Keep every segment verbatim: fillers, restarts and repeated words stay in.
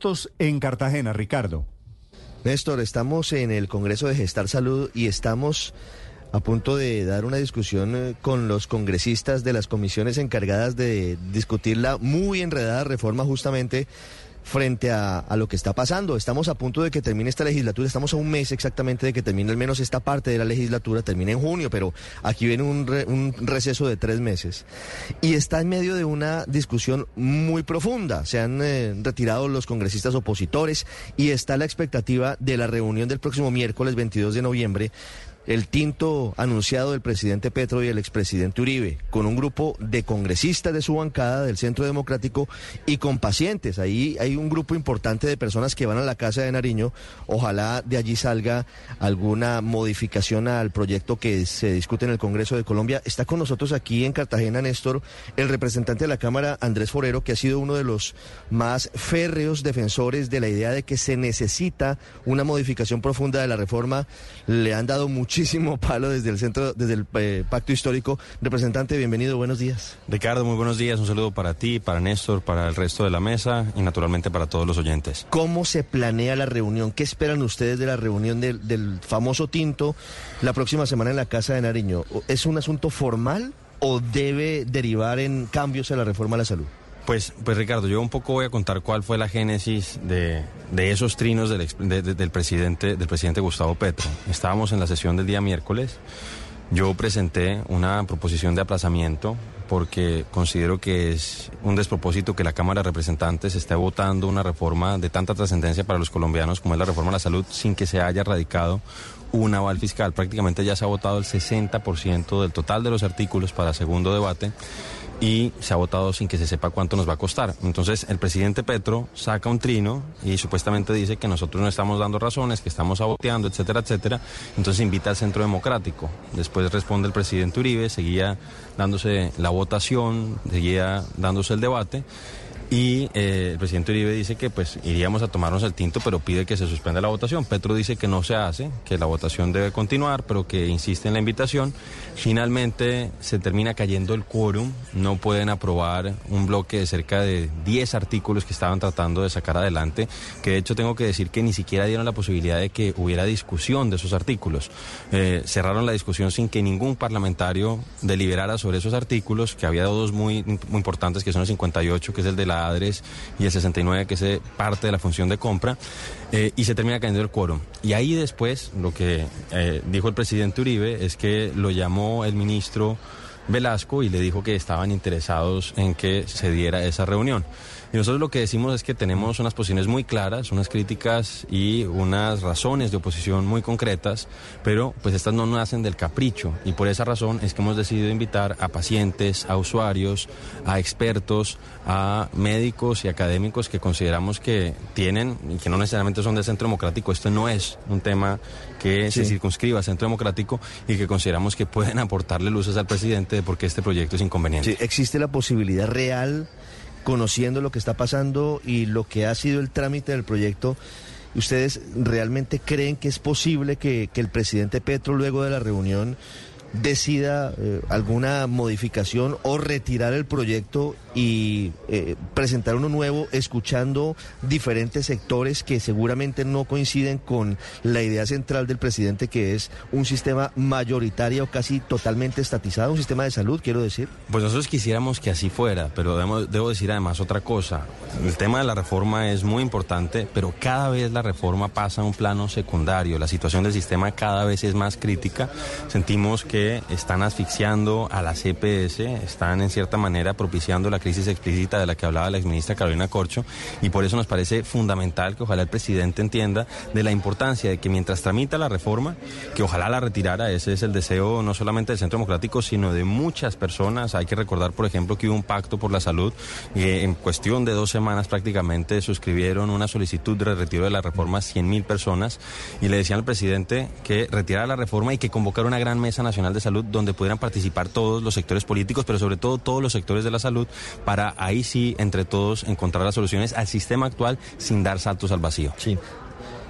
minutos en Cartagena, Ricardo. Néstor, estamos en el Congreso de Gestar Salud y estamos a punto de dar una discusión con los congresistas de las comisiones encargadas de discutir la muy enredada reforma justamente frente a, a lo que está pasando. Estamos a punto de que termine esta legislatura, estamos a un mes exactamente de que termine al menos esta parte de la legislatura, termina en junio, pero aquí viene un, re, un receso de tres meses. Y está en medio de una discusión muy profunda. Se han eh, retirado los congresistas opositores y está la expectativa de la reunión del próximo miércoles veintidós de noviembre, el tinto anunciado del presidente Petro y el expresidente Uribe, con un grupo de congresistas de su bancada del Centro Democrático y con pacientes. Ahí hay un grupo importante de personas que van a la Casa de Nariño. Ojalá de allí salga alguna modificación al proyecto que se discute en el Congreso de Colombia. Está con nosotros aquí en Cartagena, Néstor, el representante de la Cámara, Andrés Forero, que ha sido uno de los más férreos defensores de la idea de que se necesita una modificación profunda de la reforma. Le han dado mucho Muchísimo palo desde el centro, desde el eh, Pacto Histórico. Representante, bienvenido, buenos días. Ricardo, muy buenos días, un saludo para ti, para Néstor, para el resto de la mesa y naturalmente para todos los oyentes. ¿Cómo se planea la reunión? ¿Qué esperan ustedes de la reunión del, del famoso tinto la próxima semana en la Casa de Nariño? ¿Es un asunto formal o debe derivar en cambios en la reforma a la salud? Pues, pues Ricardo, yo un poco voy a contar cuál fue la génesis de, de esos trinos del, de, de, del, presidente, del presidente Gustavo Petro. Estábamos en la sesión del día miércoles, yo presenté una proposición de aplazamiento porque considero que es un despropósito que la Cámara de Representantes esté votando una reforma de tanta trascendencia para los colombianos como es la reforma a la salud sin que se haya radicado un aval fiscal. Prácticamente ya se ha votado el sesenta por ciento del total de los artículos para segundo debate y se ha votado sin que se sepa cuánto nos va a costar. Entonces el presidente Petro saca un trino y supuestamente dice que nosotros no estamos dando razones, que estamos saboteando, etcétera, etcétera. Entonces invita al Centro Democrático. Después responde el presidente Uribe, seguía dándose la votación, seguía dándose el debate. Y eh, el presidente Uribe dice que pues iríamos a tomarnos el tinto, pero pide que se suspenda la votación. Petro dice que no se hace, que la votación debe continuar, pero que insiste en la invitación. Finalmente se termina cayendo el quórum, no pueden aprobar un bloque de cerca de diez artículos que estaban tratando de sacar adelante, que de hecho tengo que decir que ni siquiera dieron la posibilidad de que hubiera discusión de esos artículos. Eh, cerraron la discusión sin que ningún parlamentario deliberara sobre esos artículos, que había dos muy, muy importantes, que son el cincuenta y ocho, que es el de la ADRES, y el sesenta y nueve, que es parte de la función de compra, eh, y se termina cayendo el quórum. Y ahí después, lo que eh, dijo el presidente Uribe es que lo llamó el ministro Velasco y le dijo que estaban interesados en que se diera esa reunión. Y nosotros lo que decimos es que tenemos unas posiciones muy claras, unas críticas y unas razones de oposición muy concretas, pero pues estas no nacen del capricho y por esa razón es que hemos decidido invitar a pacientes, a usuarios, a expertos, a médicos y académicos que consideramos que tienen y que no necesariamente son del Centro Democrático. Esto no es un tema que sí. se circunscriba al Centro Democrático y que consideramos que pueden aportarle luces al presidente de por qué este proyecto es inconveniente. Sí, existe la posibilidad real, conociendo lo que está pasando y lo que ha sido el trámite del proyecto, ¿ustedes realmente creen que es posible que, que el presidente Petro, luego de la reunión, decida eh, alguna modificación o retirar el proyecto y eh, presentar uno nuevo, escuchando diferentes sectores que seguramente no coinciden con la idea central del presidente, que es un sistema mayoritario o casi totalmente estatizado, un sistema de salud, quiero decir? Pues nosotros quisiéramos que así fuera, pero debo, debo decir además otra cosa. El tema de la reforma es muy importante, pero cada vez la reforma pasa a un plano secundario. La situación del sistema cada vez es más crítica. Sentimos que están asfixiando a la C P S, están en cierta manera propiciando la crisis explícita de la que hablaba la exministra Carolina Corcho, y por eso nos parece fundamental que ojalá el presidente entienda de la importancia de que mientras tramita la reforma, que ojalá la retirara. Ese es el deseo no solamente del Centro Democrático, sino de muchas personas. Hay que recordar, por ejemplo, que hubo un pacto por la salud y en cuestión de dos semanas prácticamente suscribieron una solicitud de retiro de la reforma cien mil personas, y le decían al presidente que retirara la reforma y que convocara una gran mesa nacional de salud donde pudieran participar todos los sectores políticos, pero sobre todo todos los sectores de la salud, para ahí sí, entre todos, encontrar las soluciones al sistema actual sin dar saltos al vacío. Sí.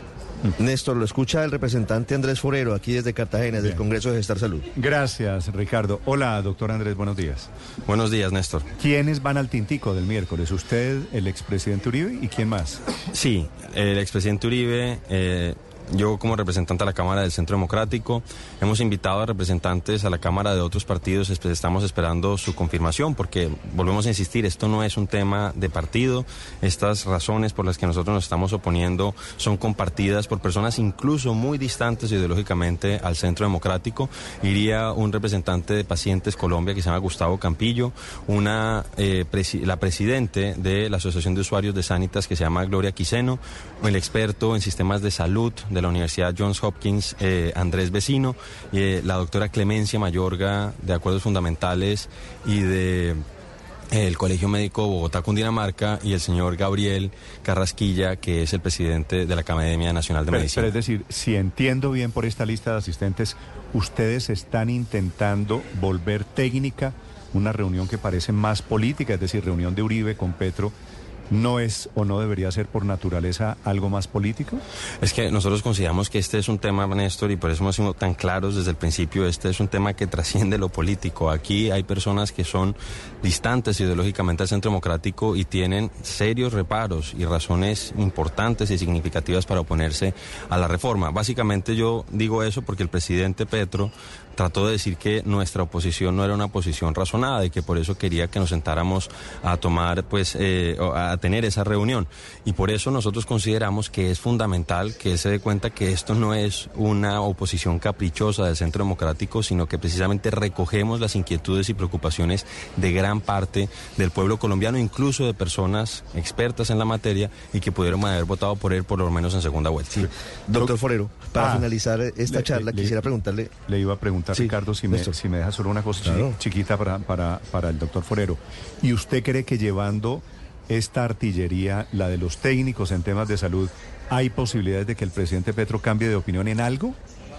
Néstor, lo escucha el representante Andrés Forero, aquí desde Cartagena, Bien. del Congreso de Gestar Salud. Gracias, Ricardo. Hola, doctor Andrés, buenos días. Buenos días, Néstor. ¿Quiénes van al tintico del miércoles? ¿Usted, el expresidente Uribe y quién más? Sí, el expresidente Uribe, eh, yo como representante a la Cámara del Centro Democrático, hemos invitado a representantes a la Cámara de otros partidos, estamos esperando su confirmación porque, volvemos a insistir, esto no es un tema de partido, estas razones por las que nosotros nos estamos oponiendo son compartidas por personas incluso muy distantes ideológicamente al Centro Democrático. Iría un representante de Pacientes Colombia que se llama Gustavo Campillo, una eh, presi- la presidente de la Asociación de Usuarios de Sanitas que se llama Gloria Quiseno, el experto en sistemas de salud de la Universidad Johns Hopkins, eh, Andrés Vecino, y eh, la doctora Clemencia Mayorga, de Acuerdos Fundamentales y de eh, el Colegio Médico Bogotá Cundinamarca, y el señor Gabriel Carrasquilla, que es el presidente de la Academia Nacional de Pero, Medicina. pero es decir, si entiendo bien por esta lista de asistentes, ustedes están intentando volver técnica una reunión que parece más política, es decir, reunión de Uribe con Petro. ¿No es o no debería ser por naturaleza algo más político? Es que nosotros consideramos que este es un tema, Néstor, y por eso hemos sido tan claros desde el principio, este es un tema que trasciende lo político. Aquí hay personas que son distantes ideológicamente al Centro Democrático y tienen serios reparos y razones importantes y significativas para oponerse a la reforma. Básicamente yo digo eso porque el presidente Petro trató de decir que nuestra oposición no era una posición razonada y que por eso quería que nos sentáramos a tomar, pues, eh, a tener esa reunión. Y por eso nosotros consideramos que es fundamental que él se dé cuenta que esto no es una oposición caprichosa del Centro Democrático, sino que precisamente recogemos las inquietudes y preocupaciones de gran parte del pueblo colombiano, incluso de personas expertas en la materia y que pudieron haber votado por él por lo menos en segunda vuelta. Sí. Doctor Forero, para Ah, finalizar esta le- charla, le- quisiera preguntarle... Le iba a preguntar, Sí, Ricardo, si me, Néstor. si me deja solo una cosa Claro. chiquita para, para, para el doctor Forero. ¿Y usted cree que llevando esta artillería, la de los técnicos en temas de salud, hay posibilidades de que el presidente Petro cambie de opinión en algo?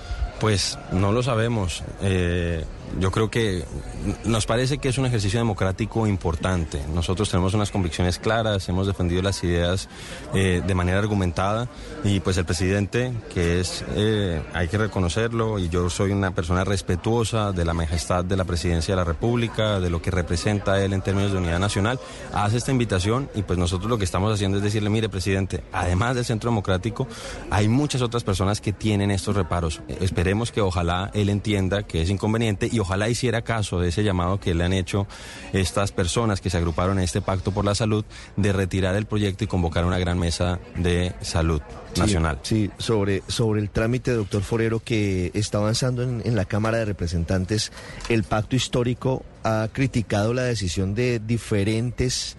Pues no lo sabemos. Eh, yo creo que nos parece que es un ejercicio democrático importante. Nosotros tenemos unas convicciones claras, hemos defendido las ideas eh, de manera argumentada y pues el presidente, que es, eh, hay que reconocerlo, y yo soy una persona respetuosa de la majestad de la presidencia de la República, de lo que representa él en términos de unidad nacional, hace esta invitación y pues nosotros lo que estamos haciendo es decirle, mire, presidente, además del Centro Democrático, hay muchas otras personas que tienen estos reparos. Eh, esperemos que ojalá él entienda que es inconveniente y ojalá hiciera caso de ese llamado que le han hecho estas personas que se agruparon en este pacto por la salud de retirar el proyecto y convocar una gran mesa de salud nacional. Sí, sí, sobre, sobre el trámite, doctor Forero, que está avanzando en, en la Cámara de Representantes, el pacto histórico ha criticado la decisión de diferentes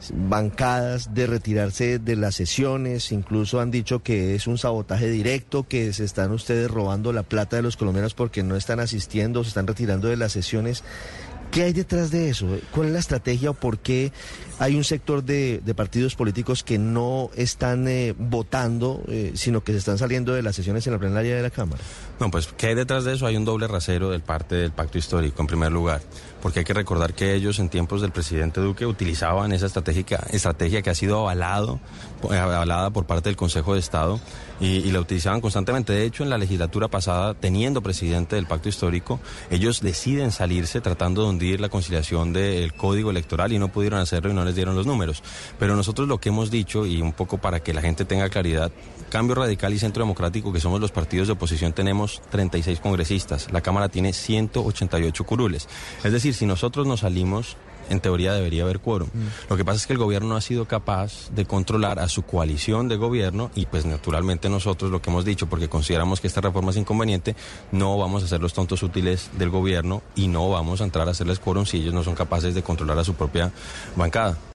bancadas de retirarse de las sesiones, incluso han dicho que es un sabotaje directo, que se están ustedes robando la plata de los colombianos porque no están asistiendo, se están retirando de las sesiones. ¿Qué hay detrás de eso? ¿Cuál es la estrategia o por qué hay un sector de, de partidos políticos que no están eh, votando, eh, sino que se están saliendo de las sesiones en la plenaria de la Cámara? No, pues, ¿qué hay detrás de eso? Hay un doble rasero del parte del pacto histórico, en primer lugar, porque hay que recordar que ellos en tiempos del presidente Duque utilizaban esa estrategia, estrategia que ha sido avalado, avalada por parte del Consejo de Estado y, y la utilizaban constantemente. De hecho, en la legislatura pasada, teniendo presidente del pacto histórico, ellos deciden salirse tratando de hundir la conciliación del código electoral y no pudieron hacerlo y no les dieron los números. Pero nosotros lo que hemos dicho, y un poco para que la gente tenga claridad, Cambio Radical y Centro Democrático, que somos los partidos de oposición, tenemos treinta y seis congresistas. La Cámara tiene ciento ochenta y ocho curules. Es decir, si nosotros nos salimos, en teoría debería haber quórum. Mm. Lo que pasa es que el gobierno no ha sido capaz de controlar a su coalición de gobierno y pues naturalmente nosotros lo que hemos dicho, porque consideramos que esta reforma es inconveniente, no vamos a ser los tontos útiles del gobierno y no vamos a entrar a hacerles quórum si ellos no son capaces de controlar a su propia bancada.